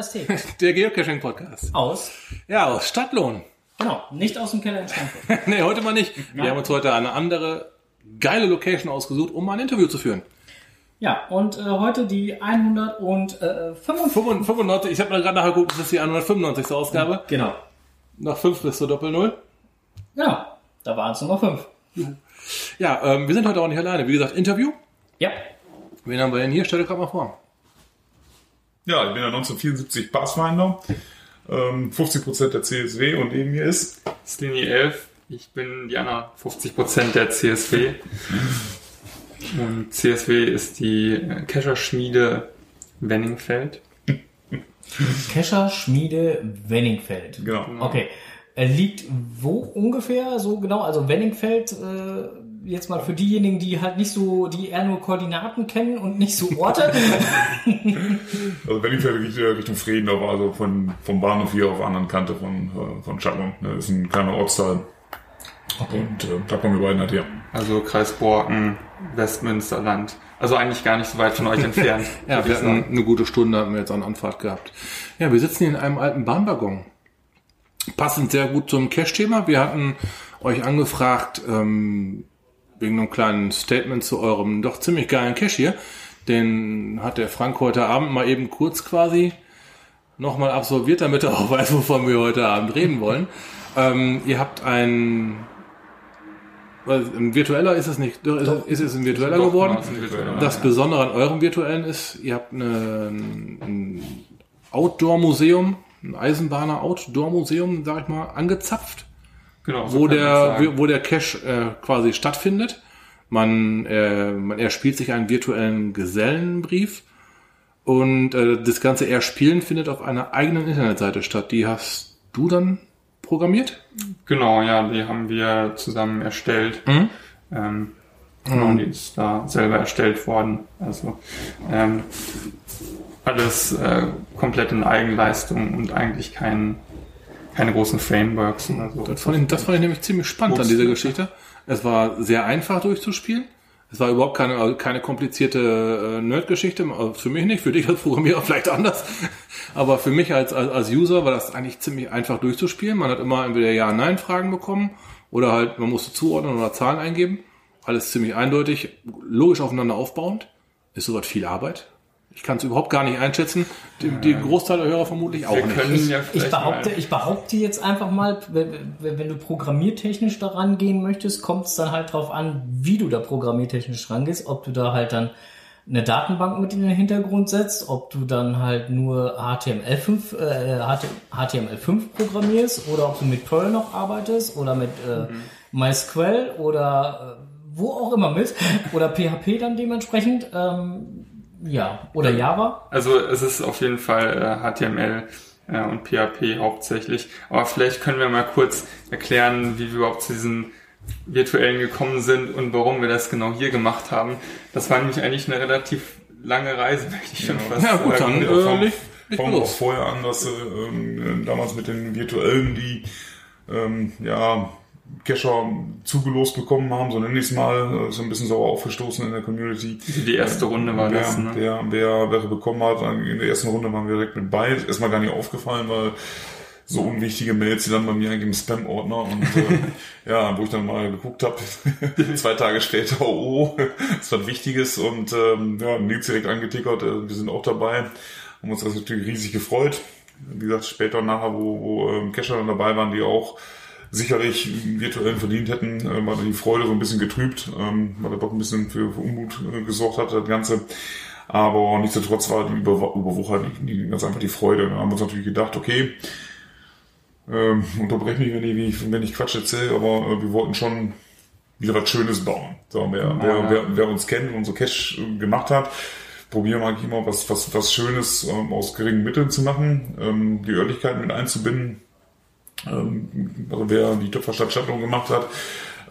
ST. Der Geocaching-Podcast. Aus Stadtlohn. Genau, nicht aus dem Keller in Frankfurt. Nee, heute mal nicht. Wir haben uns heute eine andere geile Location ausgesucht, um mal ein Interview zu führen. Ja, und heute die 195. Ich habe mal gerade nachgeguckt, das ist die 195. Ausgabe. Genau. Nach 5 bis zur Doppel-Null. Genau, da waren es Nummer 5. Ja, wir sind heute auch nicht alleine. Wie gesagt, Interview. Ja. Wen haben wir denn hier? Stell dir gerade mal vor. Ja, ich bin ja 1974 Pathfinder, 50% der CSW und neben mir ist Slini 11. Ich bin die anderen 50% der CSW. Und CSW ist die Kescherschmiede Wenningfeld. Kescherschmiede Wenningfeld. Genau. Okay. Liegt wo ungefähr so genau? Also Wenningfeld, jetzt mal für diejenigen, die halt nicht so, die eher nur Koordinaten kennen und nicht so Orte. Also Wenningfeld liegt Richtung Friedendorf, also vom Bahnhof hier auf der anderen Kante von Stadtlohn. Das ist ein kleiner Ortsteil. Okay. Und da kommen wir beiden halt her. Also Kreis Borken, Westmünsterland. Also eigentlich gar nicht so weit von euch entfernt. Ja, wir hatten eine gute Stunde, haben wir jetzt an Anfahrt gehabt. Ja, wir sitzen hier in einem alten Bahnwaggon. Passend sehr gut zum Cache-Thema. Wir hatten euch angefragt, wegen einem kleinen Statement zu eurem doch ziemlich geilen Cache hier. Den hat der Frank heute Abend mal eben kurz quasi nochmal absolviert, damit er auch weiß, wovon wir heute Abend reden wollen. Ihr habt ein virtueller ist es nicht, ist es ein virtueller geworden. Das Besondere an eurem virtuellen ist, ihr habt ein Outdoor-Museum, ein Eisenbahner-Outdoor-Museum, sag ich mal, angezapft, Genau, so wo der Cache quasi stattfindet. Man erspielt sich einen virtuellen Gesellenbrief und das ganze Erspielen findet auf einer eigenen Internetseite statt. Die hast du dann programmiert? Genau, ja, die haben wir zusammen erstellt. Genau, die ist da selber erstellt worden. Also alles komplett in Eigenleistung und eigentlich keine großen Frameworks oder so. Das fand ich nämlich ziemlich spannend an dieser Geschichte. Es war sehr einfach durchzuspielen. Es war überhaupt keine komplizierte Nerd-Geschichte. Also für mich nicht, für dich als Programmierer vielleicht anders. Aber für mich als User war das eigentlich ziemlich einfach durchzuspielen. Man hat immer entweder Ja-Nein-Fragen bekommen oder halt man musste zuordnen oder Zahlen eingeben. Alles ziemlich eindeutig, logisch aufeinander aufbauend. Ist sowas viel Arbeit? Ich kann es überhaupt gar nicht einschätzen. Die Großteil der Hörer vermutlich auch nicht. Ich behaupte jetzt einfach mal, wenn du programmiertechnisch daran gehen möchtest, kommt es dann halt drauf an, wie du da programmiertechnisch rangehst. Ob du da halt dann eine Datenbank mit in den Hintergrund setzt, ob du dann halt nur HTML5 programmierst oder ob du mit Perl noch arbeitest oder mit MySQL oder wo auch immer mit oder PHP dann dementsprechend. Ja, oder Java? Also es ist auf jeden Fall HTML und PHP hauptsächlich. Aber vielleicht können wir mal kurz erklären, wie wir überhaupt zu diesen virtuellen gekommen sind und warum wir das genau hier gemacht haben. Das war nämlich eigentlich eine relativ lange Reise, möchte ich schon fast sagen. Ja gut, dann fangen wir auch vorher an, dass damals mit den virtuellen, die Cacher zugelost bekommen haben, so nenne ich es mal, ist ein bisschen sauer aufgestoßen in der Community. Die erste Runde war das, ne? Wer bekommen hat, in der ersten Runde waren wir direkt mit bei. Ist mal gar nicht aufgefallen, weil so unwichtige Mails, die dann bei mir eigentlich im Spam-Ordner und wo ich dann mal geguckt habe, 2 Tage später, ist was Wichtiges und Nils direkt angetickert, wir sind auch dabei, haben uns das natürlich riesig gefreut. Wie gesagt, später nachher, wo Cacher dann dabei waren, die auch sicherlich virtuell verdient hätten, war die Freude so ein bisschen getrübt, weil er doch ein bisschen für Unmut gesorgt hat, das Ganze. Aber nichtsdestotrotz war überwuchert ganz einfach die Freude. Da haben wir uns natürlich gedacht, okay, unterbrech mich, wenn ich Quatsch erzähle, aber wir wollten schon wieder was Schönes bauen. So, wer uns kennt und unsere Cache gemacht hat, probieren wir eigentlich immer was Schönes aus geringen Mitteln zu machen, die Örtlichkeiten mit einzubinden. Also wer die Töpferstadt Stadtlohn gemacht hat,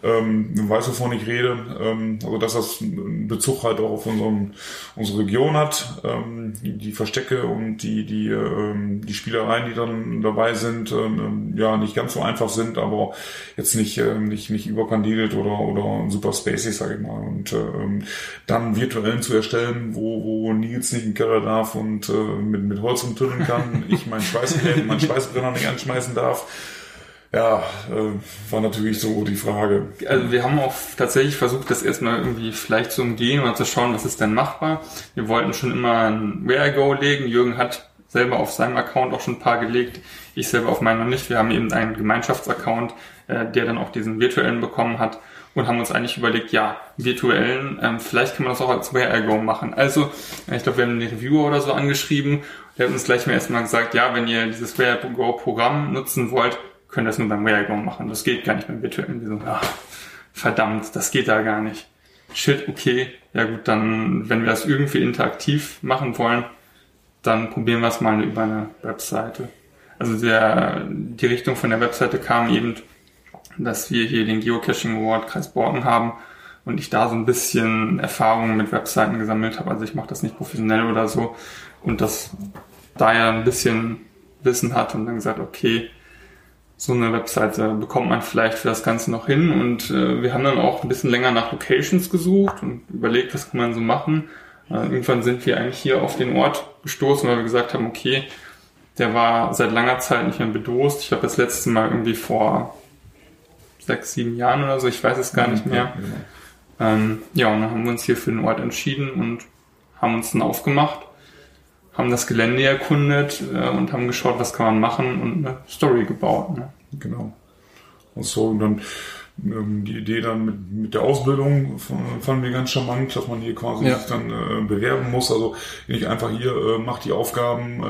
weiß, wovon ich rede. Also dass das einen Bezug halt auch auf unsere Region hat. Die Verstecke und die Spielereien, die dann dabei sind, ja, nicht ganz so einfach sind, aber jetzt nicht überkandidelt oder super spacey, sag ich mal. Und dann virtuellen zu erstellen, wo Nils nicht in den Keller darf und mit Holz rumtüddeln kann, ich meinen Schweißbrenner nicht anschmeißen darf. Ja, war natürlich so die Frage. Also wir haben auch tatsächlich versucht, das erstmal irgendwie vielleicht zu umgehen oder zu schauen, was ist denn machbar. Wir wollten schon immer ein Where-I-Go legen. Jürgen hat selber auf seinem Account auch schon ein paar gelegt. Ich selber auf meinen noch nicht. Wir haben eben einen Gemeinschaftsaccount, der dann auch diesen virtuellen bekommen hat und haben uns eigentlich überlegt, ja, virtuellen, vielleicht kann man das auch als Where-I-Go machen. Also, ich glaube, wir haben den Reviewer oder so angeschrieben. Der hat uns gleich mal erstmal gesagt, ja, wenn ihr dieses Where-I-Go-Programm nutzen wollt, könnt ihr das nur beim Where-I-Go machen. Das geht gar nicht beim virtuellen. Wir so, verdammt, das geht da gar nicht. Shit, okay. Ja gut, dann, wenn wir das irgendwie interaktiv machen wollen, dann probieren wir es mal über eine Webseite. Also die Richtung von der Webseite kam eben, dass wir hier den Geocaching Award Kreis Borken haben und ich da so ein bisschen Erfahrung mit Webseiten gesammelt habe. Also ich mache das nicht professionell oder so und das da ja ein bisschen Wissen hat und dann gesagt, okay, so eine Webseite bekommt man vielleicht für das Ganze noch hin und wir haben dann auch ein bisschen länger nach Locations gesucht und überlegt, was kann man so machen. Irgendwann sind wir eigentlich hier auf den Ort gestoßen, weil wir gesagt haben, okay, der war seit langer Zeit nicht mehr bedost. Ich glaube, das letzte Mal irgendwie vor 6-7 Jahren oder so, ich weiß es gar nicht mehr. Ja, und dann haben wir uns hier für den Ort entschieden und haben uns dann aufgemacht, haben das Gelände erkundet und haben geschaut, was kann man machen und eine Story gebaut. Ne? Genau. Und so, und dann die Idee dann mit der Ausbildung fanden wir ganz charmant, dass man hier quasi sich dann bewerben muss. Also nicht einfach hier macht die Aufgaben,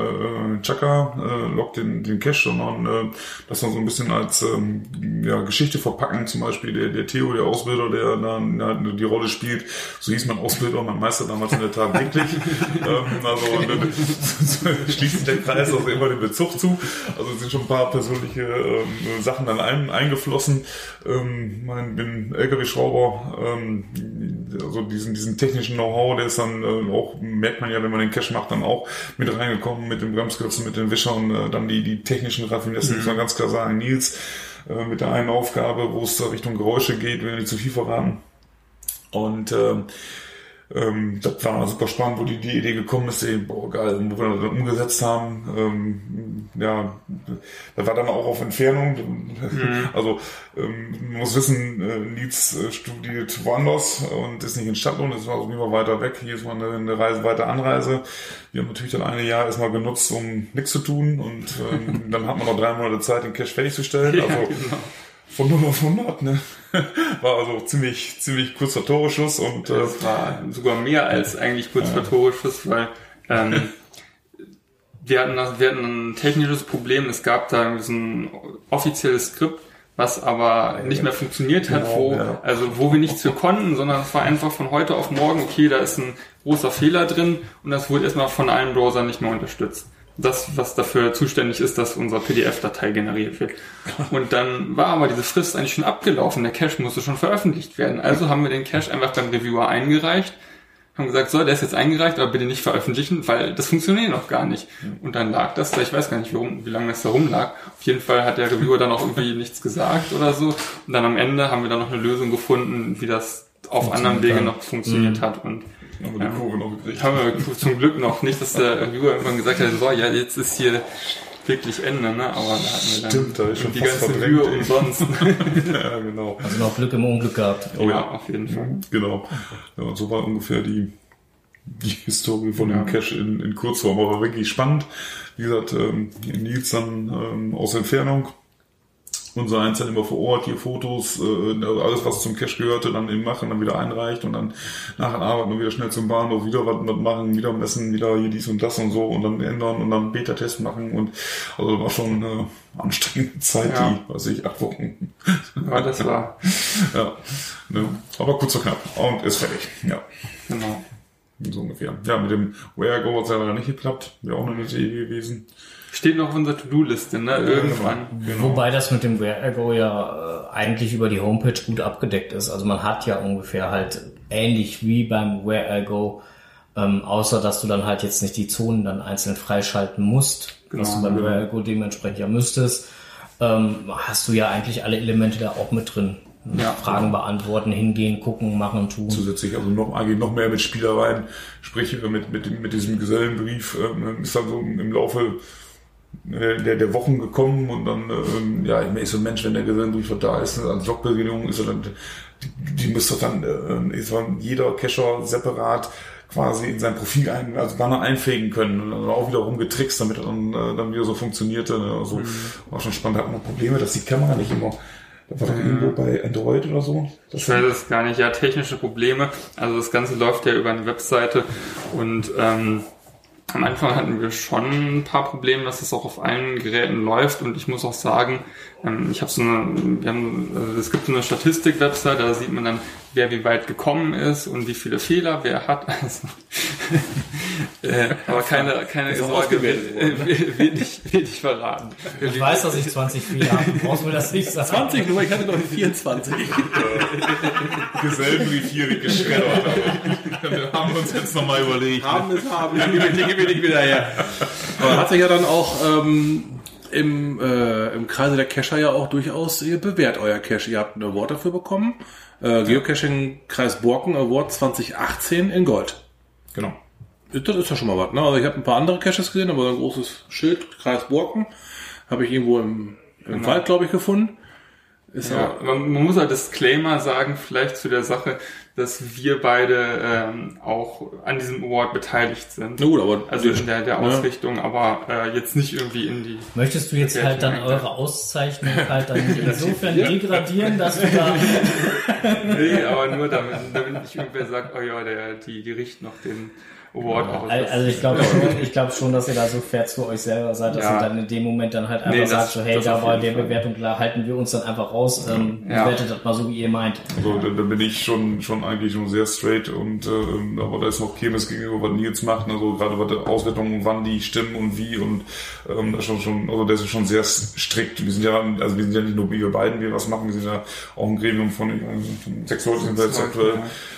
lockt den Cache, sondern das dann so ein bisschen als Geschichte verpacken. Zum Beispiel der Theo, der Ausbilder, der dann die Rolle spielt. So hieß mein Ausbilder, mein Meister damals in der Tat wirklich. Schließt sich der Kreis also immer den Bezug zu. Also es sind schon ein paar persönliche Sachen dann eingeflossen. Bin LKW-Schrauber, also diesen technischen Know-how, der ist dann auch, merkt man ja, wenn man den Cache macht, dann auch mit reingekommen, mit dem Bremskürzel, mit den Wischern, dann die technischen Raffinessen, muss man ganz klar sagen, Nils, mit der einen Aufgabe, wo es Richtung Geräusche geht, wenn wir nicht zu viel verraten. Und das war super spannend, wo die Idee gekommen ist, geil, wo wir das umgesetzt haben. Das war dann auch auf Entfernung. Also man muss wissen, Nils studiert woanders und ist nicht in Stadtlohn, das war also immer weiter weg. Hier ist mal eine Reise, weiter Anreise. Wir haben natürlich dann ein Jahr erstmal genutzt, um nichts zu tun und dann hat man noch 3 Monate Zeit, den Cache fertigzustellen. Ja, also genau. Von 0 auf 100, ne? War also ziemlich kurz vor Toreschuss und das war sogar mehr als eigentlich kurz vor Toreschuss, weil wir hatten ein technisches Problem. Es gab da so ein offizielles Skript, was aber nicht mehr funktioniert hat, wo wir nichts für konnten, sondern es war einfach von heute auf morgen, okay, da ist ein großer Fehler drin und das wurde erstmal von allen Browsern nicht mehr unterstützt. Das, was dafür zuständig ist, dass unsere PDF-Datei generiert wird. Und dann war aber diese Frist eigentlich schon abgelaufen. Der Cache musste schon veröffentlicht werden. Also haben wir den Cache einfach beim Reviewer eingereicht, haben gesagt, so, der ist jetzt eingereicht, aber bitte nicht veröffentlichen, weil das funktioniert noch gar nicht. Und dann lag das da, ich weiß gar nicht, wie lange das da rumlag. Auf jeden Fall hat der Reviewer dann auch irgendwie nichts gesagt oder so. Und dann am Ende haben wir dann noch eine Lösung gefunden, wie das auf anderen Wege noch funktioniert hat. Und haben wir die Kurve noch gekriegt. Haben wir zum Glück noch nicht, dass der Reviewer irgendwann gesagt hat, so, ja, jetzt ist hier wirklich Ende, ne? Aber da hatten wir dann schon die ganze Mühe umsonst. Ja, genau. Also noch Glück im Unglück gehabt. Oh ja, auf jeden Fall. Genau. Ja, und so war ungefähr die Historie von dem Cache in Kurzform. Aber war wirklich spannend. Wie gesagt, Nils dann aus Entfernung. Unser Eins dann immer vor Ort, hier Fotos, alles was zum Cache gehörte, dann eben machen, dann wieder einreicht und dann nach der Arbeit nur wieder schnell zum Bahnhof, wieder was machen, wieder messen, wieder hier dies und das und so und dann ändern und dann Beta-Test machen und also war schon eine anstrengende Zeit, die, 8 Wochen. Ja, das war. Ja, ne, aber kurz und knapp und ist fertig, ja. Genau. So ungefähr. Ja, mit dem Where-I-Go hat es leider nicht geklappt, wäre auch eine nette Idee gewesen. Steht noch auf unserer To-Do-Liste, ne? Irgendwann. Genau. Wobei das mit dem Where I Go ja eigentlich über die Homepage gut abgedeckt ist. Also man hat ja ungefähr halt ähnlich wie beim Where I Go, außer dass du dann halt jetzt nicht die Zonen dann einzeln freischalten musst, was du beim Where I Go dementsprechend ja müsstest, hast du ja eigentlich alle Elemente da auch mit drin. Ja, Fragen beantworten, hingehen, gucken, machen, tun. Zusätzlich also noch mehr mit Spielereien, sprich mit diesem Gesellenbrief ist dann so im Laufe der Wochen gekommen und dann ist so ein Mensch, wenn der Gesellenbrief da ist, als Logbewilligung ist er dann, die müsste dann ist dann jeder Cacher separat quasi in sein Profil Banner einpflegen können und dann auch wieder rumgetrickst, damit er dann wieder so funktionierte. Also war schon spannend, hat man noch Probleme, dass die Kamera nicht immer. Das war doch irgendwo bei Android oder so. Ich weiß es gar nicht. Ja, technische Probleme. Also das Ganze läuft ja über eine Webseite und am Anfang hatten wir schon ein paar Probleme, dass es auch auf allen Geräten läuft und ich muss auch sagen, es gibt so eine Statistik-Webseite, da sieht man dann, wer wie weit gekommen ist und wie viele Fehler wer hat. Also, aber keine Sorge, will ich verraten. Ich weiß, dass ich 20 Fehler habe, du brauchst mir das nicht sagen. 20 nur, ich hatte glaube ich 24. Gesellenbrief geschreddert. Wir haben uns jetzt nochmal überlegt. Haben. Gib mir nicht wieder her. Aber hat sich ja dann auch im Kreise der Cacher ja auch durchaus bewährt, euer Cache. Ihr habt einen Award dafür bekommen. Geocaching Kreis Borken Award 2018 in Gold. Genau. Das ist ja schon mal was, ne? Also ich habe ein paar andere Caches gesehen, aber ein großes Schild, Kreis Borken, habe ich irgendwo im Wald, glaube ich, gefunden. Man muss halt Disclaimer sagen, vielleicht zu der Sache, dass wir beide auch an diesem Award beteiligt sind. Gut, aber also in der Ausrichtung, aber jetzt nicht irgendwie in die... Möchtest du jetzt halt dann eure Auszeichnung halt dann insofern degradieren, dass du da... Nee, aber nur damit nicht irgendwer sagt, oh ja, die richten noch den Award aus. Also ich glaube schon, dass ihr da so fair zu euch selber seid, dass ihr dann in dem Moment dann halt einfach sagt, so hey, da bei der Bewertung, klar, halten wir uns dann einfach raus, bewertet das mal so, wie ihr meint. Also da bin ich schon eigentlich schon sehr straight und aber da ist noch Kirmes gegenüber, was Nils macht, also gerade was der Auswertung, wann die stimmen und wie und also der ist schon sehr strikt. Wir sind ja nicht nur wir beiden, die was machen, wir sind ja auch ein Gremium von 6 Leuten sind wir jetzt aktuell.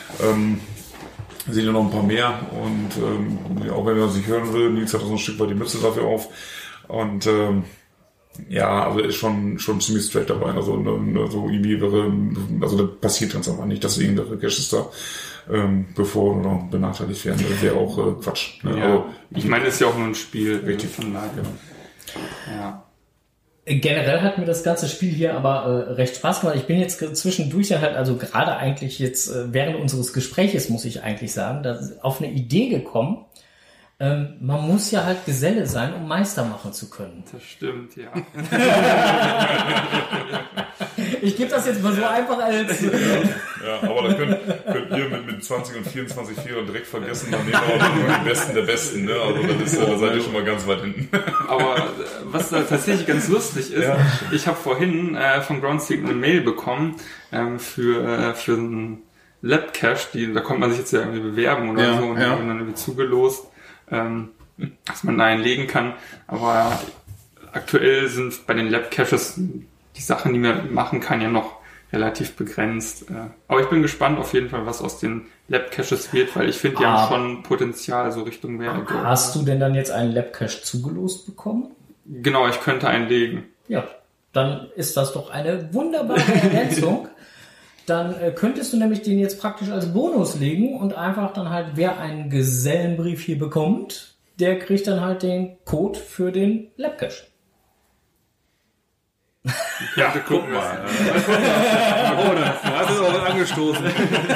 Sind ja noch ein paar mehr und auch wenn man sich hören will, Nils hat so ein Stück weit die Mütze dafür auf und also er ist schon ziemlich straight dabei, also irgendwie also da passiert ganz einfach nicht, dass irgendwelche Caches da bevor oder benachteiligt werden, das wäre auch Quatsch. Ne? Ja, also, ich meine, es ist ja auch nur ein Spiel. Richtig. Ja. Generell hat mir das ganze Spiel hier aber recht Spaß gemacht. Ich bin jetzt zwischendurch halt, also gerade eigentlich jetzt während unseres Gespräches, muss ich eigentlich sagen, da auf eine Idee gekommen. Man muss ja halt Geselle sein, um Meister machen zu können. Das stimmt, ja. Ich gebe das jetzt mal so einfach als... Ja, aber da könnt ihr mit 20 und 24 Vierern direkt vergessen, dann nehmen wir auch nur die Besten der Besten, ne? Also da seid ihr schon mal ganz weit hinten. Aber was da tatsächlich ganz lustig ist, ich habe vorhin von Groundspeak eine Mail bekommen für einen Lab-Cache, da konnte man sich jetzt ja irgendwie bewerben oder so und dann irgendwie zugelost, dass man da einlegen kann. Aber aktuell sind bei den Lab-Caches die Sachen, die man machen kann, ja noch relativ begrenzt. Aber ich bin gespannt auf jeden Fall, was aus den Lab-Caches wird, weil ich finde, die haben schon Potenzial so Richtung Where I Go. Hast du denn dann jetzt einen Lab-Cache zugelost bekommen? Genau, ich könnte einlegen. Ja, dann ist das doch eine wunderbare Ergänzung. Dann könntest du nämlich den jetzt praktisch als Bonus legen und einfach dann halt, wer einen Gesellenbrief hier bekommt, der kriegt dann halt den Code für den Lab-Cache. Ja, guck mal. Du hast es auch angestoßen.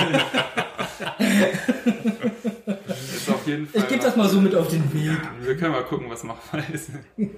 Ist auf jeden Fall ich gebe das mal so mit auf den Weg. Wir können mal gucken, was machbar ist.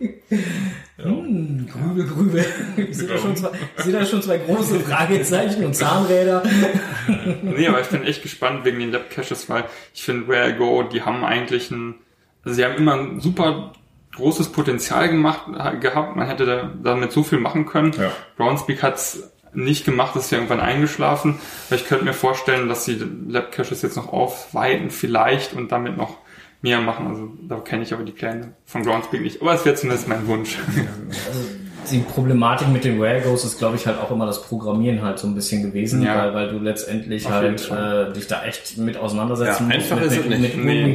Grübel. Ich sehe da schon zwei große Fragezeichen und Zahnräder. Nee, aber ich bin echt gespannt wegen den Lab-Caches, weil ich finde, Where I Go, die haben eigentlich sie haben immer ein super großes Potenzial gehabt. Man hätte damit so viel machen können. Ja. Groundspeak hat's nicht gemacht, ist ja irgendwann eingeschlafen. Ich könnte mir vorstellen, dass sie Lab-Caches jetzt noch aufweiten vielleicht und damit noch mehr machen. Also da kenne ich aber die Pläne von Groundspeak nicht. Aber es wäre zumindest mein Wunsch. Also die Problematik mit den Where Goes ist, glaube ich, halt auch immer das Programmieren halt so ein bisschen gewesen, weil du letztendlich halt dich da echt mit auseinandersetzen musst. Einfach ist es nicht. Mit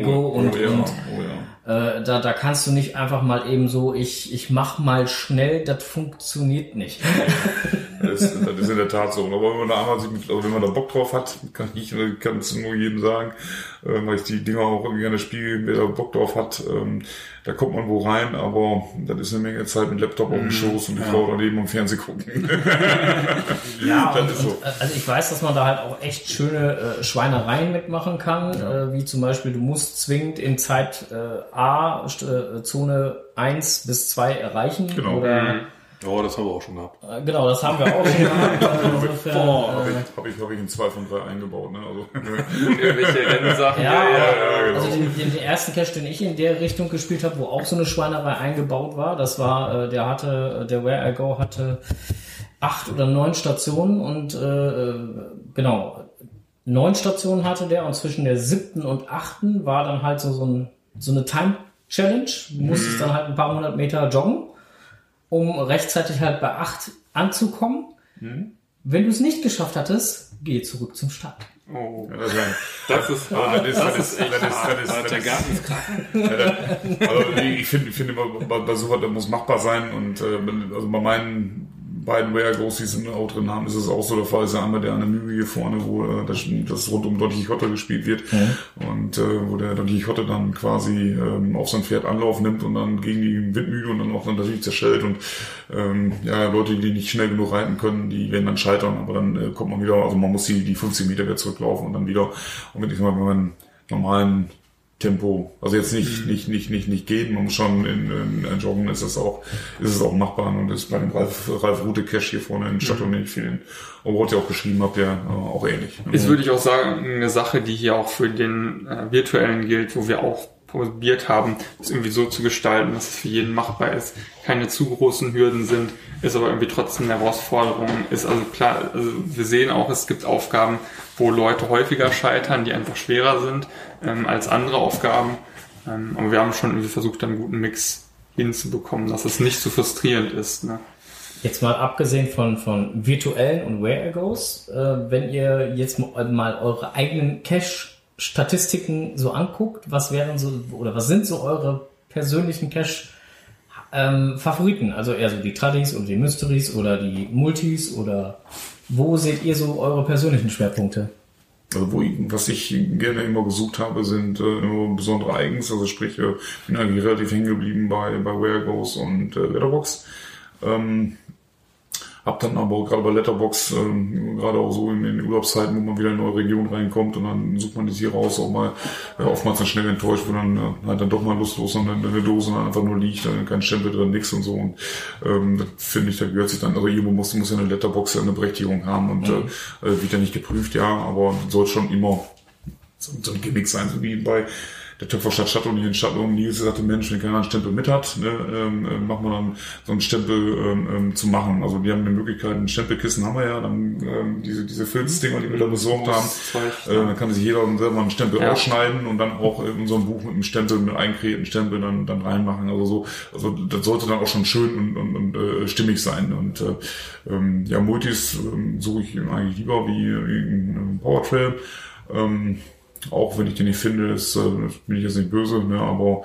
da kannst du nicht einfach mal eben so, ich mach mal schnell, das funktioniert nicht. Das ist in der Tat so. Aber wenn man da einmal wenn man da Bock drauf hat, kann es nur jedem sagen, weil ich die Dinger auch gerne spiele, wer da Bock drauf hat, da kommt man wo rein, aber das ist eine Menge Zeit mit Laptop auf dem Schoß und die Frau daneben am Fernsehen gucken. Ja, also ich weiß, dass man da halt auch echt schöne Schweinereien mitmachen kann, wie zum Beispiel, du musst zwingend in Zeit A Zone 1 bis 2 erreichen. Genau. Oder das haben wir auch schon gehabt. Genau, das haben wir auch schon gehabt. Habe ich in 2 von 3 eingebaut. Ne? Also. Irgendwelche Rennsachen. Genau. Also den ersten Cache, den ich in der Richtung gespielt habe, wo auch so eine Schweinerei eingebaut war, das war, der Where I Go hatte 8 oder 9 Stationen und 9 Stationen hatte der und zwischen der 7. und 8. war dann halt so eine Time-Challenge. Du musstest dann halt ein paar 100 Meter joggen, um rechtzeitig halt bei 8 anzukommen. Wenn du es nicht geschafft hattest, geh zurück zum Start. Oh. Das ist der Garten ist krachen. Also ich finde immer, bei sowas, das muss machbar sein und also bei meinen beiden Where Goes, die es auch drin haben, ist es auch so der Fall. Ist ja einmal der an der Mühe hier vorne, wo das rund um Don Quixote gespielt wird und wo der Don Quixote dann quasi auf sein Pferd Anlauf nimmt und dann gegen die Windmühle und dann auch dann natürlich zerschellt und Leute, die nicht schnell genug reiten können, die werden dann scheitern, aber dann kommt man wieder, also man muss die 50 Meter wieder zurücklaufen und dann wieder, und wenn man normalen Tempo, also jetzt nicht gehen, man muss schon in Joggen ist es auch machbar und das ist bei dem Ralf Rute Cache hier vorne in Stadt und in vielen Award ja auch geschrieben habt, ja auch ähnlich. Ist, würde ich auch sagen, eine Sache, die hier auch für den virtuellen gilt, wo wir auch probiert haben, es irgendwie so zu gestalten, dass es für jeden machbar ist, keine zu großen Hürden sind, ist aber irgendwie trotzdem eine Herausforderung, ist also klar, also wir sehen auch, es gibt Aufgaben, wo Leute häufiger scheitern, die einfach schwerer sind als andere Aufgaben, aber wir haben schon irgendwie versucht, einen guten Mix hinzubekommen, dass es nicht zu frustrierend ist. Ne? Jetzt mal abgesehen von virtuellen und Where I Goes, wenn ihr jetzt mal eure eigenen Cache-Statistiken so anguckt, was sind so eure persönlichen Cache-Favoriten? Also eher so die Tradis oder die Mysteries oder die Multis oder wo seht ihr so eure persönlichen Schwerpunkte? Also was ich gerne immer gesucht habe, sind immer besondere Eigens, also sprich, bin eigentlich relativ hängen geblieben bei Where Goes und Letterboxd. Hab dann aber gerade bei Letterboxd, gerade auch so in den Urlaubszeiten, wo man wieder in eine neue Region reinkommt und dann sucht man die Tiere raus, auch mal oftmals dann schnell enttäuscht, wo dann halt dann doch mal lustlos und dann eine Dose dann einfach nur liegt, dann kein Stempel drin, nix und so. Und das finde ich, da gehört sich dann, also irgendwo muss ja eine Letterboxd eine Berechtigung haben und wird ja nicht geprüft, ja, aber soll schon immer so ein Gimmick sein, so wie bei der Töpferstadt Stadt und Nils sagte, Mensch, wenn keiner einen Stempel mit hat, macht man dann so einen Stempel zu machen. Also die haben eine Möglichkeit, ein Stempelkissen haben wir ja, dann diese Filzdinger, die wir da besorgt haben, dann kann sich jeder selber einen Stempel ausschneiden und dann auch in so einem Buch mit einem Stempel, mit eingekreierten Stempel dann reinmachen. Also das sollte dann auch schon schön und stimmig sein. Und Multis suche ich eigentlich lieber wie ein Powertrail. Auch wenn ich den nicht finde, bin ich jetzt nicht böse, ne, aber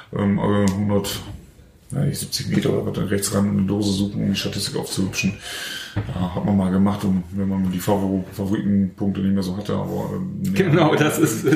170 Meter oder was rechts ran in eine Dose suchen, um die Statistik aufzuhübschen. Ja, hat man mal gemacht, wenn man die Favoritenpunkte nicht mehr so hatte, aber genau, das ist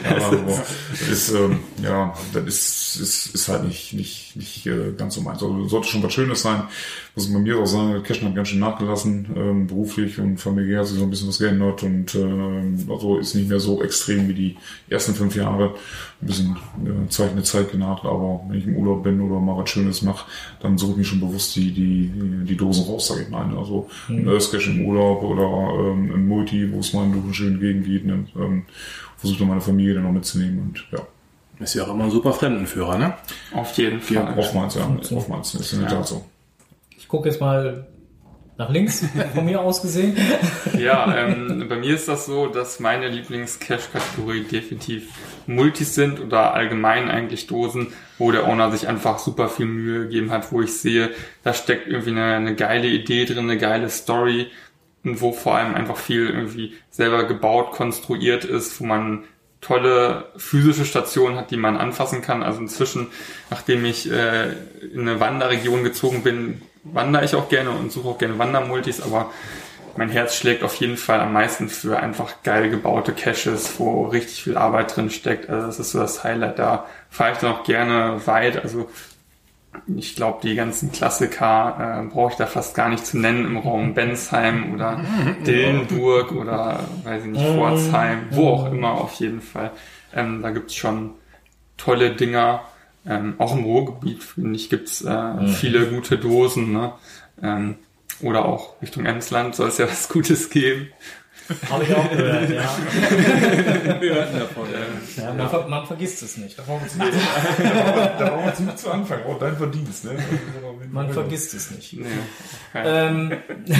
das ist halt nicht ganz so meins. Also sollte schon was Schönes sein. Muss man bei mir auch sagen, der Cache hat ganz schön nachgelassen, beruflich und familiär hat sich so ein bisschen was geändert und also ist nicht mehr so extrem wie die ersten 5 Jahre. Ein bisschen eine Zeit genagt, aber wenn ich im Urlaub bin oder mal was Schönes mache, dann suche ich mir schon bewusst die Dosen raus, sage ich mal. Also ein Earthcache im Urlaub oder ein Multi, wo es mal durch eine schöne Gegend geht, versuche dann meine Familie dann noch mitzunehmen und ja. Ist ja auch immer ein super Fremdenführer, ne? Auf jeden Fall. Ja, oftmals ist in der Tat so. Ich gucke jetzt mal nach links, von mir aus gesehen. Ja, bei mir ist das so, dass meine Lieblings-Cache-Kategorie definitiv Multis sind oder allgemein eigentlich Dosen, wo der Owner sich einfach super viel Mühe gegeben hat, wo ich sehe, da steckt irgendwie eine geile Idee drin, eine geile Story und wo vor allem einfach viel irgendwie selber gebaut, konstruiert ist, wo man tolle physische Stationen hat, die man anfassen kann. Also inzwischen, nachdem ich in eine Wanderregion gezogen bin, wandere ich auch gerne und suche auch gerne Wandermultis, aber mein Herz schlägt auf jeden Fall am meisten für einfach geil gebaute Caches, wo richtig viel Arbeit drin steckt. Also das ist so das Highlight. Da fahre ich dann auch gerne weit. Also ich glaube, die ganzen Klassiker brauche ich da fast gar nicht zu nennen im Raum Bensheim oder Dillenburg oder weiß ich nicht, Pforzheim, wo auch immer auf jeden Fall. Da gibt's schon tolle Dinger. Auch im Ruhrgebiet, finde ich, gibt's viele gute Dosen. Ne? Oder auch Richtung Emsland soll es ja was Gutes geben. Habe ich auch gehört, ja. Wir hörten davon. Ja, man vergisst es nicht. Da brauchen wir uns nicht zu anfangen, auch dein Verdienst. Ne? Man vergisst es nicht. Nee,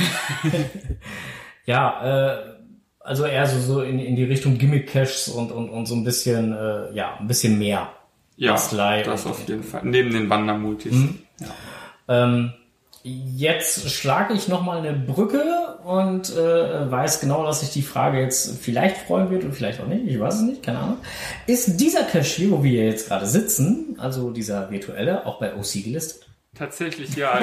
Also eher so in die Richtung Gimmick-Caches und so ein bisschen, ein bisschen mehr. ja, Bastelei das und- auf jeden Fall. Neben den Wandermultis. Jetzt schlage ich nochmal eine Brücke und weiß genau, dass sich die Frage jetzt vielleicht freuen wird und vielleicht auch nicht. Ich weiß es nicht, keine Ahnung. Ist dieser Cache hier, wo wir jetzt gerade sitzen, also dieser virtuelle, auch bei OC gelistet? Tatsächlich, ja.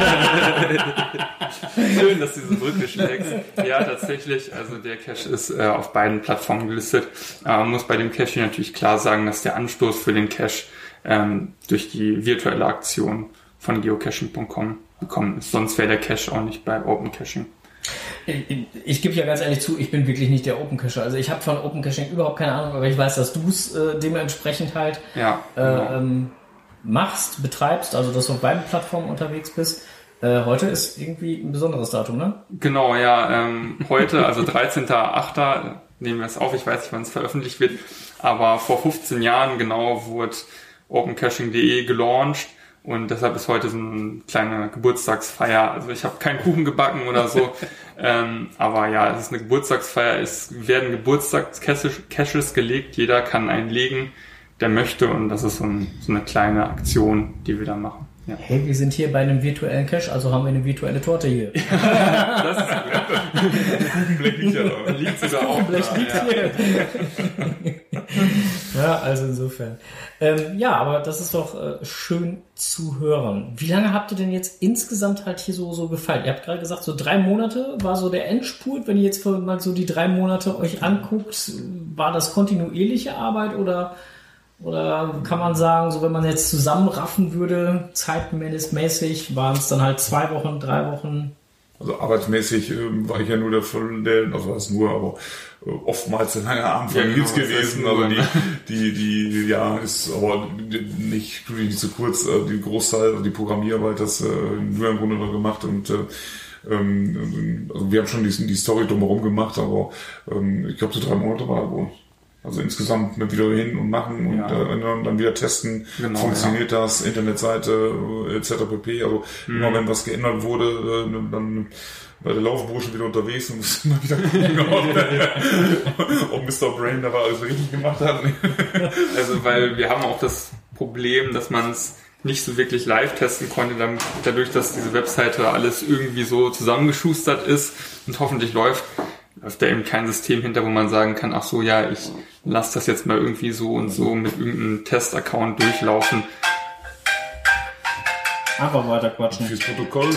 Schön, dass du diese Brücke schlägst. Ja, tatsächlich. Also der Cache ist auf beiden Plattformen gelistet. Man muss bei dem Cache hier natürlich klar sagen, dass der Anstoß für den Cache durch die virtuelle Aktion von geocaching.com gekommen ist. Sonst wäre der Cache auch nicht bei Open Caching. Ich gebe ja ganz ehrlich zu, ich bin wirklich nicht der Open Cacher. Also ich habe von Open Caching überhaupt keine Ahnung, aber ich weiß, dass du es dementsprechend halt Ja, genau. machst, betreibst, also dass du auf beiden Plattformen unterwegs bist. Heute ist irgendwie ein besonderes Datum, ne? Genau, ja. Heute, also 13.08. nehmen wir es auf. Ich weiß nicht, wann es veröffentlicht wird. Aber vor 15 Jahren genau wurde opencaching.de gelauncht. Und deshalb ist heute so eine kleine Geburtstagsfeier. Also ich habe keinen Kuchen gebacken oder so. Aber ja, es ist eine Geburtstagsfeier. Es werden Geburtstagscaches gelegt. Jeder kann einen legen, der möchte. Und das ist so eine kleine Aktion, die wir da machen. Ja. Hey, wir sind hier bei einem virtuellen Cache, also haben wir eine virtuelle Torte hier. Das ist gut. Blech liegt ja da. Liegt sogar auch Blech da, liegt ja. hier. Ja, also insofern. Aber das ist doch schön zu hören. Wie lange habt ihr denn jetzt insgesamt halt hier so gefallen? Ihr habt gerade gesagt, so 3 Monate war so der Endspurt. Wenn ihr jetzt mal so die 3 Monate euch anguckt, war das kontinuierliche Arbeit oder kann man sagen, so wenn man jetzt zusammenraffen würde, zeitmäßig, waren es dann halt 2 Wochen, 3 Wochen? Also arbeitsmäßig war ich ja nur also was nur, aber oftmals der lange Abend von Ja, Nils genau, gewesen. das heißt Also nur, die ist aber nicht so kurz. Die Großteil, also die Programmierarbeit, das nur im Grunde noch gemacht und also wir haben schon die Story drumherum gemacht, aber ich glaube so 3 Monate war er wohl. Also insgesamt mit wieder hin und machen und dann wieder testen, Genau, funktioniert das, Internetseite etc. pp. Also immer wenn was geändert wurde, dann war der Laufbursche wieder unterwegs und musste mal wieder gucken, ob Mr. Brain da alles richtig gemacht hat. Also weil wir haben auch das Problem, dass man es nicht so wirklich live testen konnte, dadurch, dass diese Webseite alles irgendwie so zusammengeschustert ist und hoffentlich läuft da eben kein System hinter, wo man sagen kann, ach so, ja, ich lasse das jetzt mal irgendwie so und so mit irgendeinem Test-Account durchlaufen. Einfach weiter quatschen. Fürs Protokoll.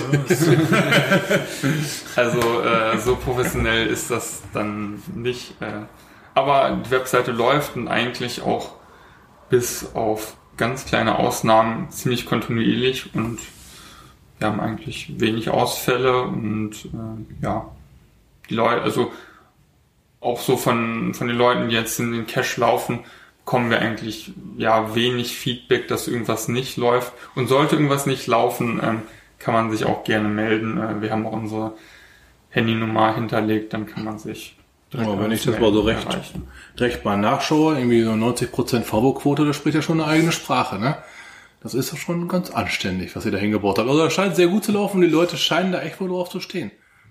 Also so professionell ist das dann nicht. Aber die Webseite läuft und eigentlich auch bis auf ganz kleine Ausnahmen ziemlich kontinuierlich und wir haben eigentlich wenig Ausfälle und die Leute, also auch so von den Leuten, die jetzt in den Cache laufen, bekommen wir eigentlich wenig Feedback, dass irgendwas nicht läuft. Und sollte irgendwas nicht laufen, kann man sich auch gerne melden. Wir haben auch unsere Handynummer hinterlegt, dann kann man sich direkt Aber wenn ich das melden mal so und recht erreichen. mal nachschaue, irgendwie so 90% Vorwurfquote, das spricht ja schon eine eigene Sprache, ne? Das ist doch schon ganz anständig, was ihr da hingebaut habt. Also das scheint sehr gut zu laufen und die Leute scheinen da echt wohl drauf zu stehen.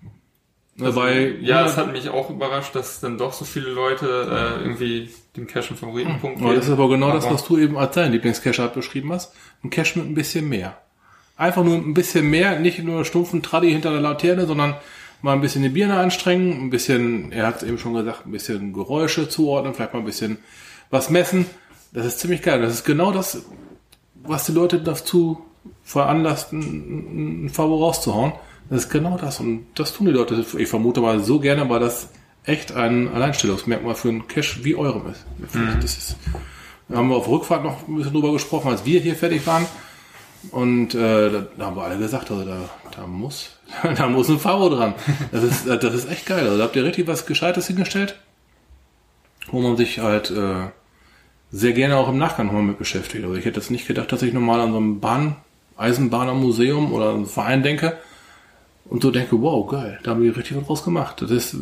Es hat mich auch überrascht, dass dann doch so viele Leute irgendwie den Cache einen Favoritenpunkt geben. Das ist aber genau das, was du eben als dein Lieblingscache halt beschrieben hast. Ein Cache mit ein bisschen mehr. Einfach nur ein bisschen mehr, nicht nur stumpfen Traddy hinter der Laterne, sondern mal ein bisschen die Birne anstrengen, ein bisschen, er hat es eben schon gesagt, ein bisschen Geräusche zuordnen, vielleicht mal ein bisschen was messen. Das ist ziemlich geil. Das ist genau das, was die Leute dazu veranlasst, ein Favo rauszuhauen. Das ist genau das. Und das tun die Leute, ich vermute mal so gerne, weil das echt ein Alleinstellungsmerkmal für einen Cache wie eurem ist. Da haben wir auf Rückfahrt noch ein bisschen drüber gesprochen, als wir hier fertig waren. Und da haben wir alle gesagt, also da muss ein Favo dran. Das ist echt geil. Also da habt ihr richtig was Gescheites hingestellt, wo man sich halt sehr gerne auch im Nachgang nochmal mit beschäftigt. Also ich hätte jetzt nicht gedacht, dass ich nochmal an so einem Eisenbahnermuseum oder einen Verein denke und so denke, wow, geil, da haben die richtig was draus gemacht. Das ist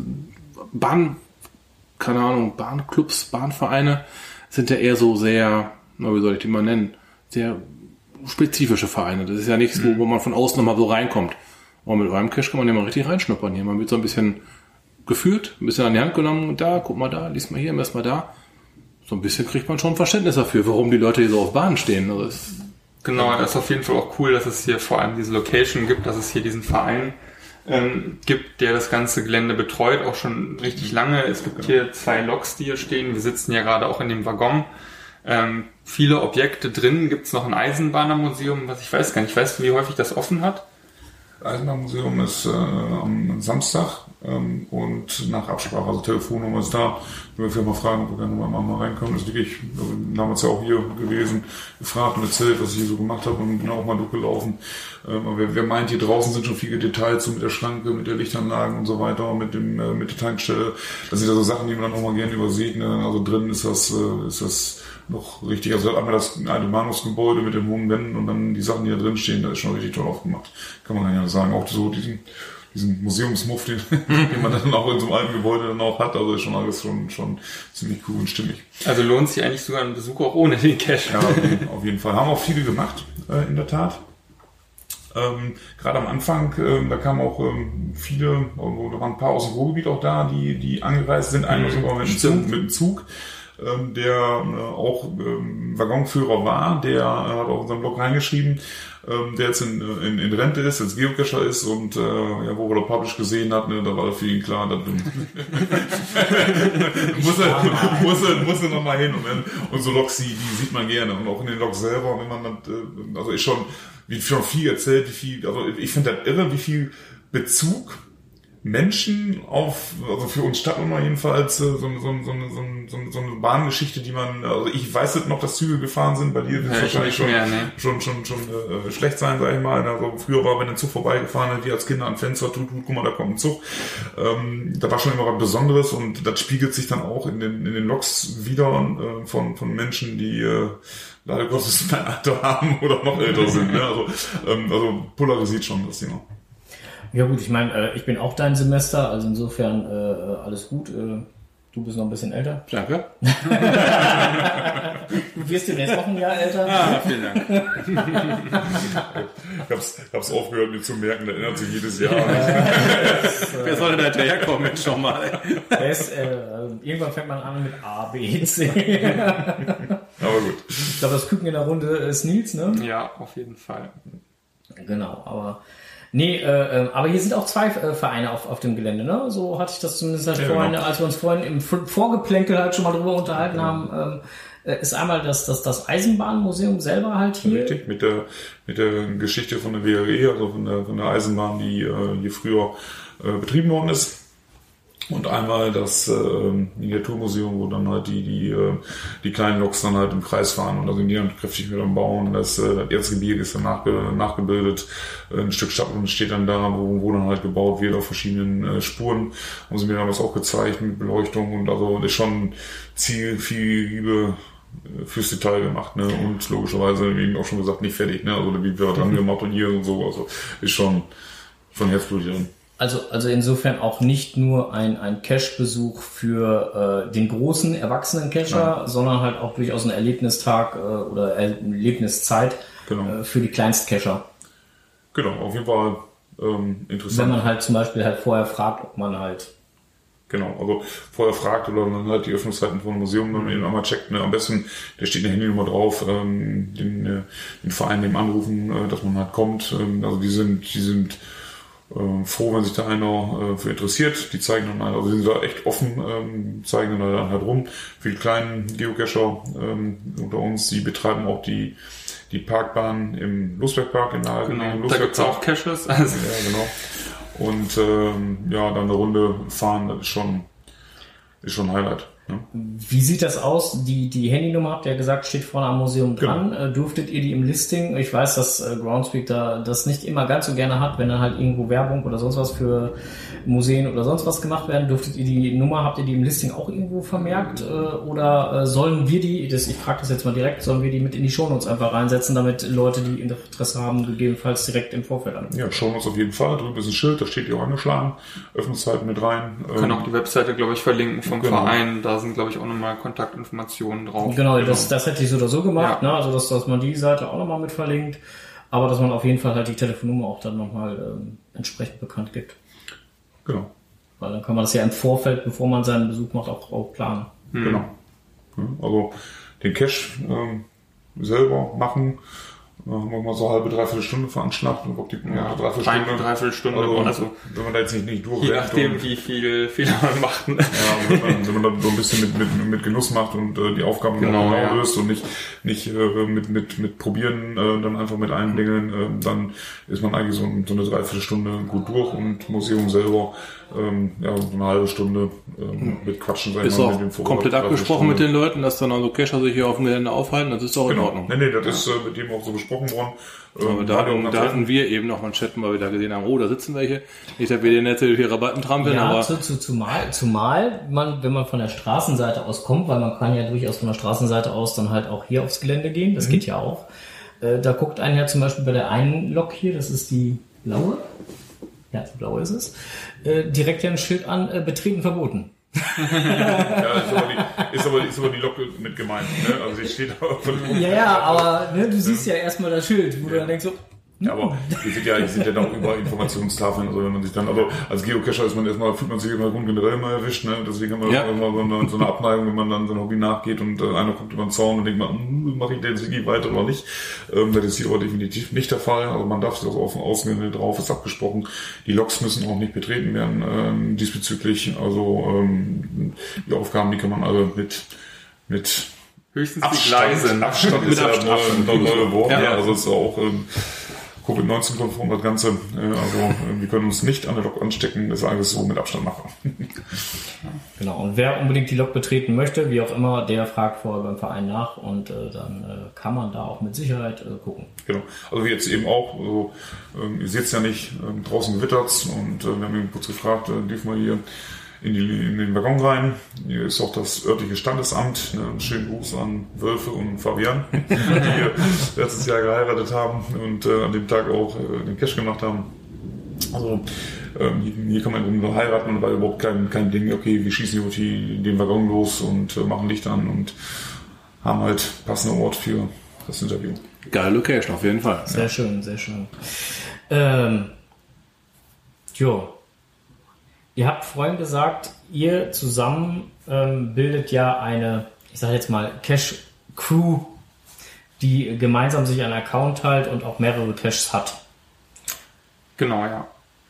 Bahnclubs, Bahnvereine sind ja eher so sehr, wie soll ich die mal nennen, sehr spezifische Vereine. Das ist ja nichts, wo man von außen nochmal so reinkommt. Und mit eurem Cache kann man ja mal richtig reinschnuppern hier. Man wird so ein bisschen geführt, ein bisschen an die Hand genommen und da, guck mal da, lies mal hier, mess mal da. So ein bisschen kriegt man schon Verständnis dafür, warum die Leute hier so auf Bahnen stehen. Also genau, das ist auf jeden Fall auch cool, dass es hier vor allem diese Location gibt, dass es hier diesen Verein gibt, der das ganze Gelände betreut, auch schon richtig lange. Es gibt hier 2 Loks, die hier stehen. Wir sitzen ja gerade auch in dem Waggon. Viele Objekte drin. Gibt es noch ein Eisenbahnermuseum, was ich weiß gar nicht. Weißt du, wie häufig das offen hat? Das Eisenbahnmuseum ist am Samstag und nach Absprache, also Telefonnummer ist da. Wenn wir mal fragen, ob wir gerne mal reinkommen, ist wirklich, damals ja auch hier gewesen, gefragt und erzählt, was ich hier so gemacht habe und bin auch mal durchgelaufen. Wer meint, hier draußen sind schon viele Details, so mit der Schranke, mit der Lichtanlagen und so weiter, mit der Tankstelle. Das sind ja so Sachen, die man dann auch mal gerne übersieht. Ne? Also drin ist das noch richtig, also einmal das alte Bahnhofsgebäude mit den hohen Wänden und dann die Sachen, die da drin stehen, das ist schon richtig toll aufgemacht. Kann man ja sagen. Auch so diesen Museumsmuff, den man dann auch in so einem alten Gebäude dann auch hat, also ist schon alles schon ziemlich cool und stimmig. Also lohnt sich eigentlich sogar ein Besuch auch ohne den Cache. Ja, auf jeden Fall. Haben auch viele gemacht, in der Tat. Gerade am Anfang, da kamen auch viele, da waren ein paar aus dem Ruhrgebiet auch da, die angereist sind, einmal sogar mit dem Zug. Der auch Waggonführer war, der hat auch in seinem Blog reingeschrieben, der jetzt in Rente ist, jetzt Geocacher ist und wo wir da Publish gesehen hatten, da war für ihn klar, da muss er noch mal hin und so Loks, die sieht man gerne und auch in den Loks selber, wenn man also ist schon, wie schon viel erzählt, also ich finde das irre, wie viel Bezug Menschen also für uns Stadtnummer jedenfalls, so eine Bahngeschichte, die man, also ich weiß jetzt noch, dass Züge gefahren sind, bei dir wird es wahrscheinlich schon schlecht sein, sag ich mal. Also früher war, wenn ein Zug vorbeigefahren hat, wir als Kinder am Fenster, guck mal, da kommt ein Zug. Da war schon immer was Besonderes und das spiegelt sich dann auch in den Loks wieder von Menschen, die leider Gottes mein Alter haben oder noch älter sind. Ne? Also polarisiert schon das Thema. Ja gut, ich meine, ich bin auch dein Semester, also insofern alles gut. Du bist noch ein bisschen älter. Danke. Du wirst demnächst noch ein Jahr älter. Ah, vielen Dank. Ich hab's aufgehört, mir zu merken, der ändert sich jedes Jahr. Wer soll denn da hinterherkommen, Mensch, nochmal? Irgendwann fängt man an mit A, B, C. Aber gut. Ich glaube, das Küken in der Runde ist Nils, ne? Ja, auf jeden Fall. Genau, aber... Nee, aber hier sind auch 2 Vereine auf dem Gelände, ne? So hatte ich das zumindest halt vorhin, als wir uns vorhin im Vorgeplänkel halt schon mal drüber unterhalten haben, ist einmal das Eisenbahnmuseum selber halt hier. Richtig, mit der Geschichte von der WRE, also von der Eisenbahn, die hier früher betrieben worden ist. Und einmal das Miniaturmuseum, wo dann halt die kleinen Loks dann halt im Kreis fahren und da sind die dann kräftig mit am Bauen. Das Erzgebirge ist dann nachgebildet. Ein Stück Stadt steht dann da, wo dann halt gebaut wird auf verschiedenen Spuren. Haben sie mir dann das auch gezeigt mit Beleuchtung und also ist schon viel Liebe fürs Detail gemacht, ne? Und logischerweise, wie eben auch schon gesagt, nicht fertig, ne? Also da wird was dran gemacht und hier und so. Also ist schon Herzblut drin. Also insofern auch nicht nur ein Cache-Besuch für den großen erwachsenen Cacher, sondern halt auch durchaus ein Erlebnistag oder Erlebniszeit für die Kleinstcacher. Genau, auf jeden Fall interessant. Wenn man halt zum Beispiel halt vorher fragt, ob man halt... Genau, also vorher fragt oder dann halt die Öffnungszeiten von einem Museum dann eben einmal checkt. Ne? Am besten, da steht eine Handynummer drauf, den Verein dem anrufen, dass man halt kommt. Also die sind froh, wenn sich da einer für interessiert. Die zeigen dann halt, also die sind da echt offen, zeigen dann halt rum. Für die kleinen Geocacher unter uns, die betreiben auch die Parkbahn im Lustbergpark in der Genau, da gibt's auch Caches. Also. Ja, genau. Und dann eine Runde fahren, das ist schon ein Highlight. Ne? Wie sieht das aus? Die Handynummer, habt ihr ja gesagt, steht vorne am Museum dran. Genau. Durftet ihr die im Listing? Ich weiß, dass Groundspeak da das nicht immer ganz so gerne hat, wenn dann halt irgendwo Werbung oder sonst was für Museen oder sonst was gemacht werden. Durftet ihr die Nummer, habt ihr die im Listing auch irgendwo vermerkt? Oder sollen wir ich frage das jetzt mal direkt, sollen wir die mit in die Shownotes einfach reinsetzen, damit Leute, die Interesse haben, gegebenenfalls direkt im Vorfeld anrufen? Ja, Shownotes auf jeden Fall. Drüben ist ein Schild, da steht die auch angeschlagen. Öffnungszeiten mit rein. Können auch die Webseite, glaube ich, verlinken vom Verein. Da sind, glaube ich, auch nochmal Kontaktinformationen drauf. Genau. Das hätte ich so oder so gemacht, ne? Also dass man die Seite auch nochmal mit verlinkt, aber dass man auf jeden Fall halt die Telefonnummer auch dann nochmal entsprechend bekannt gibt. Genau. Weil dann kann man das ja im Vorfeld, bevor man seinen Besuch macht, auch planen. Genau. Also den Cache selber machen, haben wir mal so eine halbe, dreiviertel Stunde veranschlagt. Dreiviertel Stunde. Also wenn man da jetzt nicht durchrennt. Je nachdem, wie viel Fehler man macht. Ja, wenn man da so ein bisschen mit Genuss macht und die Aufgaben genau löst und nicht mit Probieren dann einfach mit Einblingeln, dann ist man eigentlich so eine Dreiviertelstunde gut durch und Museum selber so eine halbe Stunde mit Quatschen sein. Ist auch komplett abgesprochen mit den Leuten, dass dann also Cacher sich hier auf dem Gelände aufhalten, das ist doch in Ordnung. Nee, das ist mit dem auch so besprochen worden. Aber da hatten wir eben noch mal einen Chat, weil wir da gesehen haben, da sitzen welche. Nicht, dass wir den jetzt hier Rabatten trampeln, ja, aber... Zumal wenn man von der Straßenseite aus kommt, weil man kann ja durchaus von der Straßenseite aus dann halt auch hier aufs Gelände gehen, das geht ja auch. Da guckt einen ja zum Beispiel bei der einen Lok hier, das ist die blaue, ja, die blaue ist es, direkt ja ein Schild an, betreten verboten. Ja, ist aber die Lok mit gemeint, ne? Also die steht da aber du siehst ja erstmal das Schild, wo du dann denkst so, ja, aber die sind ja dann auch über Informationstafeln, also wenn man sich dann, also als Geocacher fühlt man sich immer generell mal erwischt, ne? Deswegen haben wir immer so eine Abneigung, wenn man dann so ein Hobby nachgeht und einer guckt über den Zaun und denkt man, mache ich den Sigi weiter oder nicht? Das ist hier aber definitiv nicht der Fall, also man darf sich auch auf dem Außengelände drauf, ist abgesprochen. Die Loks müssen auch nicht betreten werden, diesbezüglich, also die Aufgaben, die kann man alle mit höchstens Abstand, Abstand ist ja ein neue Wort, also ist auch Covid-19-konform das Ganze. Also wir können uns nicht an der Lok anstecken, das ist alles so mit Abstand machen. Genau, und wer unbedingt die Lok betreten möchte, wie auch immer, der fragt vorher beim Verein nach und dann kann man da auch mit Sicherheit gucken. Genau, also wie jetzt eben auch, also, ihr seht es ja nicht, draußen gewittert's und wir haben ihn kurz gefragt, dürfen wir hier in den Waggon rein. Hier ist auch das örtliche Standesamt. Einen schönen Gruß an Wölfe und Fabian, die letztes Jahr geheiratet haben und an dem Tag auch den Cache gemacht haben. Also hier kann man nur heiraten und war überhaupt kein Ding, okay, wir schießen den Waggon los und machen Licht an und haben halt passenden Ort für das Interview. Geile Location, auf jeden Fall. Sehr schön, sehr schön. Ihr habt vorhin gesagt, ihr zusammen bildet ja eine, ich sage jetzt mal, Cache-Crew, die gemeinsam sich einen Account teilt und auch mehrere Caches hat. Genau, ja.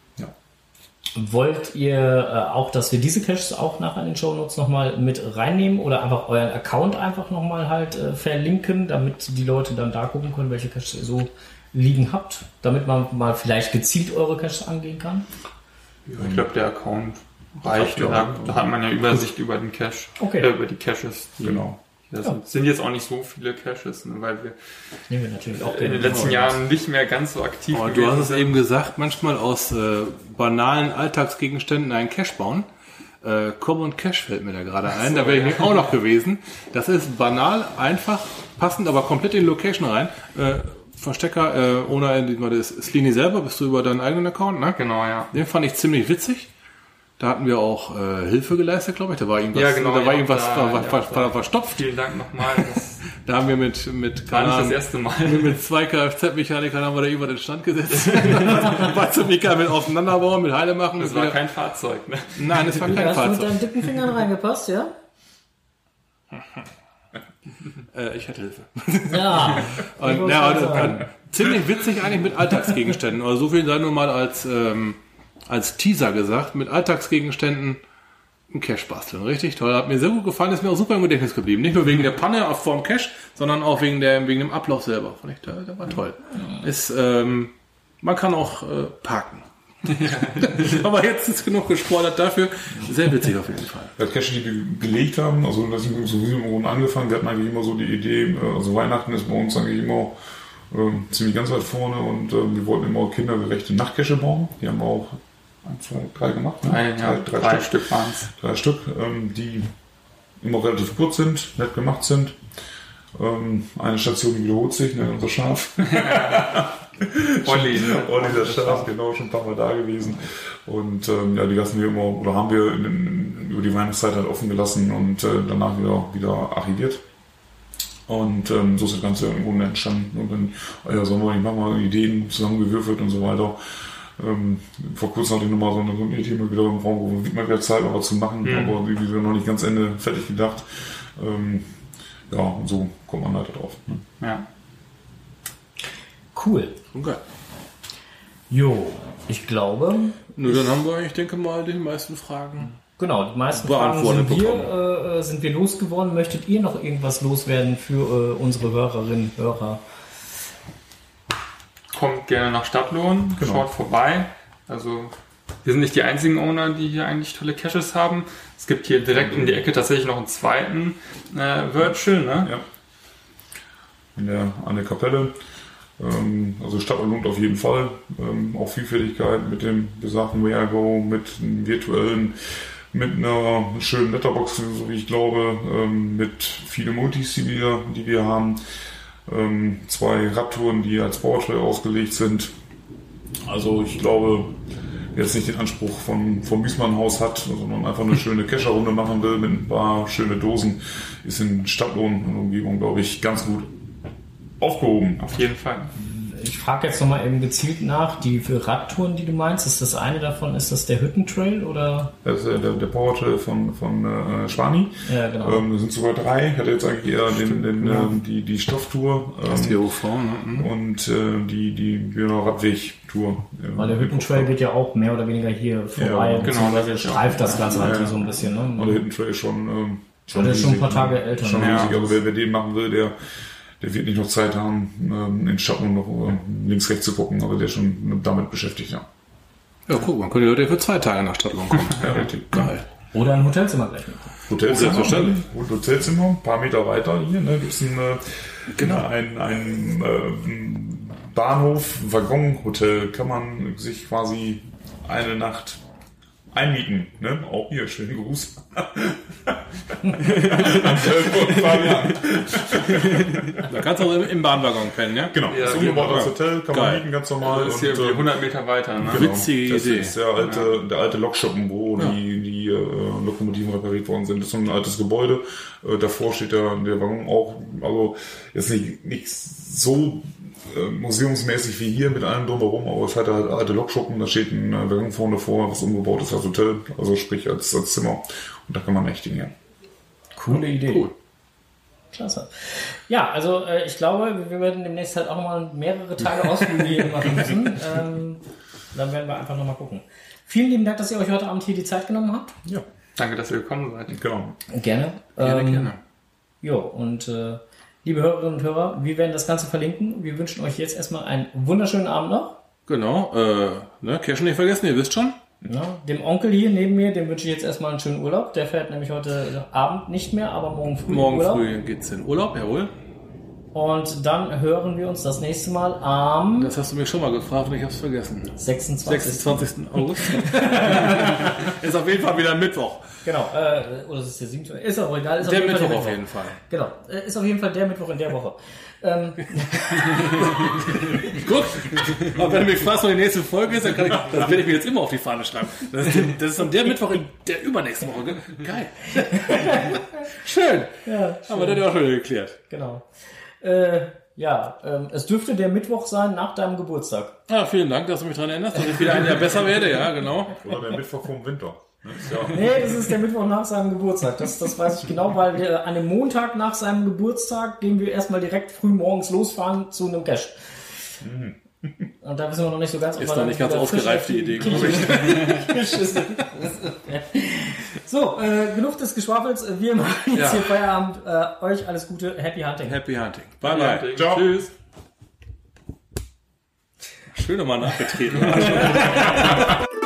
Wollt ihr auch, dass wir diese Caches auch nachher in den Shownotes nochmal mit reinnehmen oder einfach euren Account einfach nochmal halt verlinken, damit die Leute dann da gucken können, welche Caches ihr so liegen habt, damit man mal vielleicht gezielt eure Caches angehen kann? Ja, ich glaube, der Account reicht. Da hat man ja Übersicht über den Cache, über die Caches. Genau. Das sind jetzt auch nicht so viele Caches, ne, weil wir natürlich auch in den letzten Jahren nicht mehr ganz so aktiv gewesen sind. Du hast es eben gesagt, manchmal aus banalen Alltagsgegenständen einen Cache bauen. Common Cache fällt mir da gerade ein, da wäre ich nämlich auch noch gewesen. Das ist banal, einfach, passend, aber komplett in die Location rein. Verstecker, ohne das Slini selber, bist du über deinen eigenen Account, ne? Genau, ja. Den fand ich ziemlich witzig. Da hatten wir auch Hilfe geleistet, glaube ich. Da war irgendwas, ja, genau, da war irgendwas verstopft. Vielen Dank nochmal. Da haben wir mit War nicht das erste Mal. Mit 2 Kfz-Mechanikern haben wir da über den Stand gesetzt. Was zum Mika mit auseinanderbauen, mit Heile machen. Das war kein Fahrzeug, ne? Nein, es war kein Hast du mit Fahrzeug. deinen dicken Fingern reingepasst, ja? Ich hatte Hilfe. Ja. Und, ja, und ziemlich witzig eigentlich mit Alltagsgegenständen. Also so viel sei nur mal als Teaser gesagt. Mit Alltagsgegenständen ein Cache basteln. Richtig toll. Hat mir sehr gut gefallen. Ist mir auch super im Gedächtnis geblieben. Nicht nur wegen der Panne vorm Cache, sondern auch wegen dem Ablauf selber. Fand ich, der war toll. Ist, man kann auch parken. Aber jetzt ist genug gespoilert dafür. Sehr witzig auf jeden Fall. Ja, Cache, die wir gelegt haben, also das ist sowieso im Grunde angefangen. Wir hatten eigentlich immer so die Idee, also Weihnachten ist bei uns eigentlich immer ziemlich ganz weit vorne und wir wollten immer kindergerechte Nachtcache bauen. Die haben wir auch 1, 2, 3 gemacht. Ne? Drei Stück waren es. 3 Stück, die immer relativ kurz sind, nett gemacht sind. Eine Station, die wiederholt sich, ne, unser Schaf. Olli, ne? Olli, das Schaf, genau, schon ein paar Mal da gewesen. Und ja, die lassen wir immer, oder haben wir über die Weihnachtszeit halt offen gelassen und danach wieder archiviert. Und so ist das Ganze im Grunde entstanden. Und dann, ja, sollen wir nicht mal Ideen zusammengewürfelt und so weiter. Vor kurzem hatte ich nochmal so eine Idee mal wieder im Raum, wo wir mal wieder Zeit aber zu machen, aber wie wir noch nicht ganz Ende fertig gedacht. Ja, und so kommt man halt drauf. Ne? Ja. Cool. Okay. Jo, ich glaube... Nur dann haben wir, ich denke mal, die meisten Fragen. Genau, die meisten Fragen sind wir losgeworden. Möchtet ihr noch irgendwas loswerden für unsere Hörerinnen, Hörer? Kommt gerne nach Stadtlohn, schaut vorbei. Also wir sind nicht die einzigen Owner, die hier eigentlich tolle Caches haben. Es gibt hier direkt um die Ecke tatsächlich noch einen zweiten Virtual, ne? Ja. An der Kapelle. Also Stadtlohn lohnt auf jeden Fall. Auch Vielfältigkeit mit dem besagten WhereGo, mit einem virtuellen, mit einer schönen Letterbox, so wie ich glaube, mit vielen Multis, die wir haben. 2 Radtouren, die als Powertrail ausgelegt sind. Also ich glaube, wer jetzt nicht den Anspruch vom Wiesmannhaus hat, sondern einfach eine schöne Cacher-Runde machen will mit ein paar schöne Dosen, ist in Stadtlohn und Umgebung, glaube ich, ganz gut aufgehoben. Auf jeden Fall. Ich frage jetzt nochmal eben gezielt nach, die Radtouren, die du meinst, ist das eine davon, ist das der Hüttentrail oder? Das ist der Powertrail von Schwani. Ja, genau. Das sind sogar 3. Ich hatte jetzt eigentlich eher die Stofftour. Das ist die OV, ne? Und die Radweg-Tour. Weil der Hüttentrail geht ja auch mehr oder weniger hier vorbei. Ja, genau, also streift das Ganze halt so ein bisschen. Ne? Und der Hüttentrail schon der ist schon ein paar Tage älter. Schon riesig. Also wer den machen will, der wird nicht noch Zeit haben, in Stadtlohn noch links, rechts zu gucken, aber der ist schon damit beschäftigt, ja. Ja, guck, man könnte Leute für 2 Tage nach Stadtlohn kommen. Ja, richtig. Geil. Oder ein Hotelzimmer gleich mit. Hotelzimmer, ein paar Meter weiter hier, ne, gibt es ein Bahnhof, Waggonhotel, kann man sich quasi eine Nacht einmieten, ne? Auch hier, schönen Gruß. Da kannst du auch im Bahnwaggon pennen, ja? Genau, Ja, das umgebaut als Hotel, kann man mieten, ganz normal. Das ist hier 100 Meter weiter, ne? Genau, Witzige das Idee. ist der alte Lokschuppen, wo die Lokomotiven repariert worden sind. Das ist so ein altes Gebäude. Davor steht der Waggon auch, also jetzt nicht so museumsmäßig wie hier mit allem drumherum, aber es hat halt alte Lokschuppen, da steht ein Waggon vorne vor, was umgebaut ist als Hotel, also sprich als Zimmer. Und da kann man echt hingehen. Coole Idee. Cool. Klasse. Ja, also ich glaube, wir werden demnächst halt auch mal mehrere Tage Ausflüge hier machen müssen. Dann werden wir einfach nochmal gucken. Vielen lieben Dank, dass ihr euch heute Abend hier die Zeit genommen habt. Ja, Danke, dass ihr gekommen seid. genau. Gerne. Gerne. Jo, und liebe Hörerinnen und Hörer, wir werden das Ganze verlinken. Wir wünschen euch jetzt erstmal einen wunderschönen Abend noch. Genau, Cash nicht vergessen, ihr wisst schon. Ja, dem Onkel hier neben mir, dem wünsche ich jetzt erstmal einen schönen Urlaub. Der fährt nämlich heute Abend nicht mehr, aber morgen früh Morgen Urlaub. früh geht's in Urlaub, jawohl. Und dann hören wir uns das nächste Mal am... Das hast du mich schon mal gefragt und ich habe es vergessen. 26. August. Ist auf jeden Fall wieder Mittwoch. Genau, oder ist es der 7. Ist auch egal. Ist Der Mittwoch auf jeden Fall. Genau, ist auf jeden Fall der Mittwoch in der Woche. Guck, aber wenn du mich fragst, wann die nächste Folge ist, dann kann ich, das werde ich mir jetzt immer auf die Fahne schreiben. Das ist dann der Mittwoch in der übernächsten Woche. Geil. Schön. Ja, schön. Aber das hat ja auch schon wieder geklärt. Genau. Es dürfte der Mittwoch sein nach deinem Geburtstag. Ja, vielen Dank, dass du mich daran erinnerst, dass ich wieder ein Jahr besser werde. Ja, genau. Oder der Mittwoch vom Winter. Nee, das ist der Mittwoch nach seinem Geburtstag. Das weiß ich genau, weil wir an dem Montag nach seinem Geburtstag gehen wir erstmal direkt früh morgens losfahren zu einem Cache. Und da wissen wir noch nicht so ganz, ob ist noch nicht ganz ausgereift, die Idee, glaube ich. So, genug des Geschwafels. Wir machen jetzt hier Feierabend. Euch alles Gute. Happy Hunting. Happy Hunting. Bye, bye. Ciao. Tschüss. Schön nochmal nachgetreten.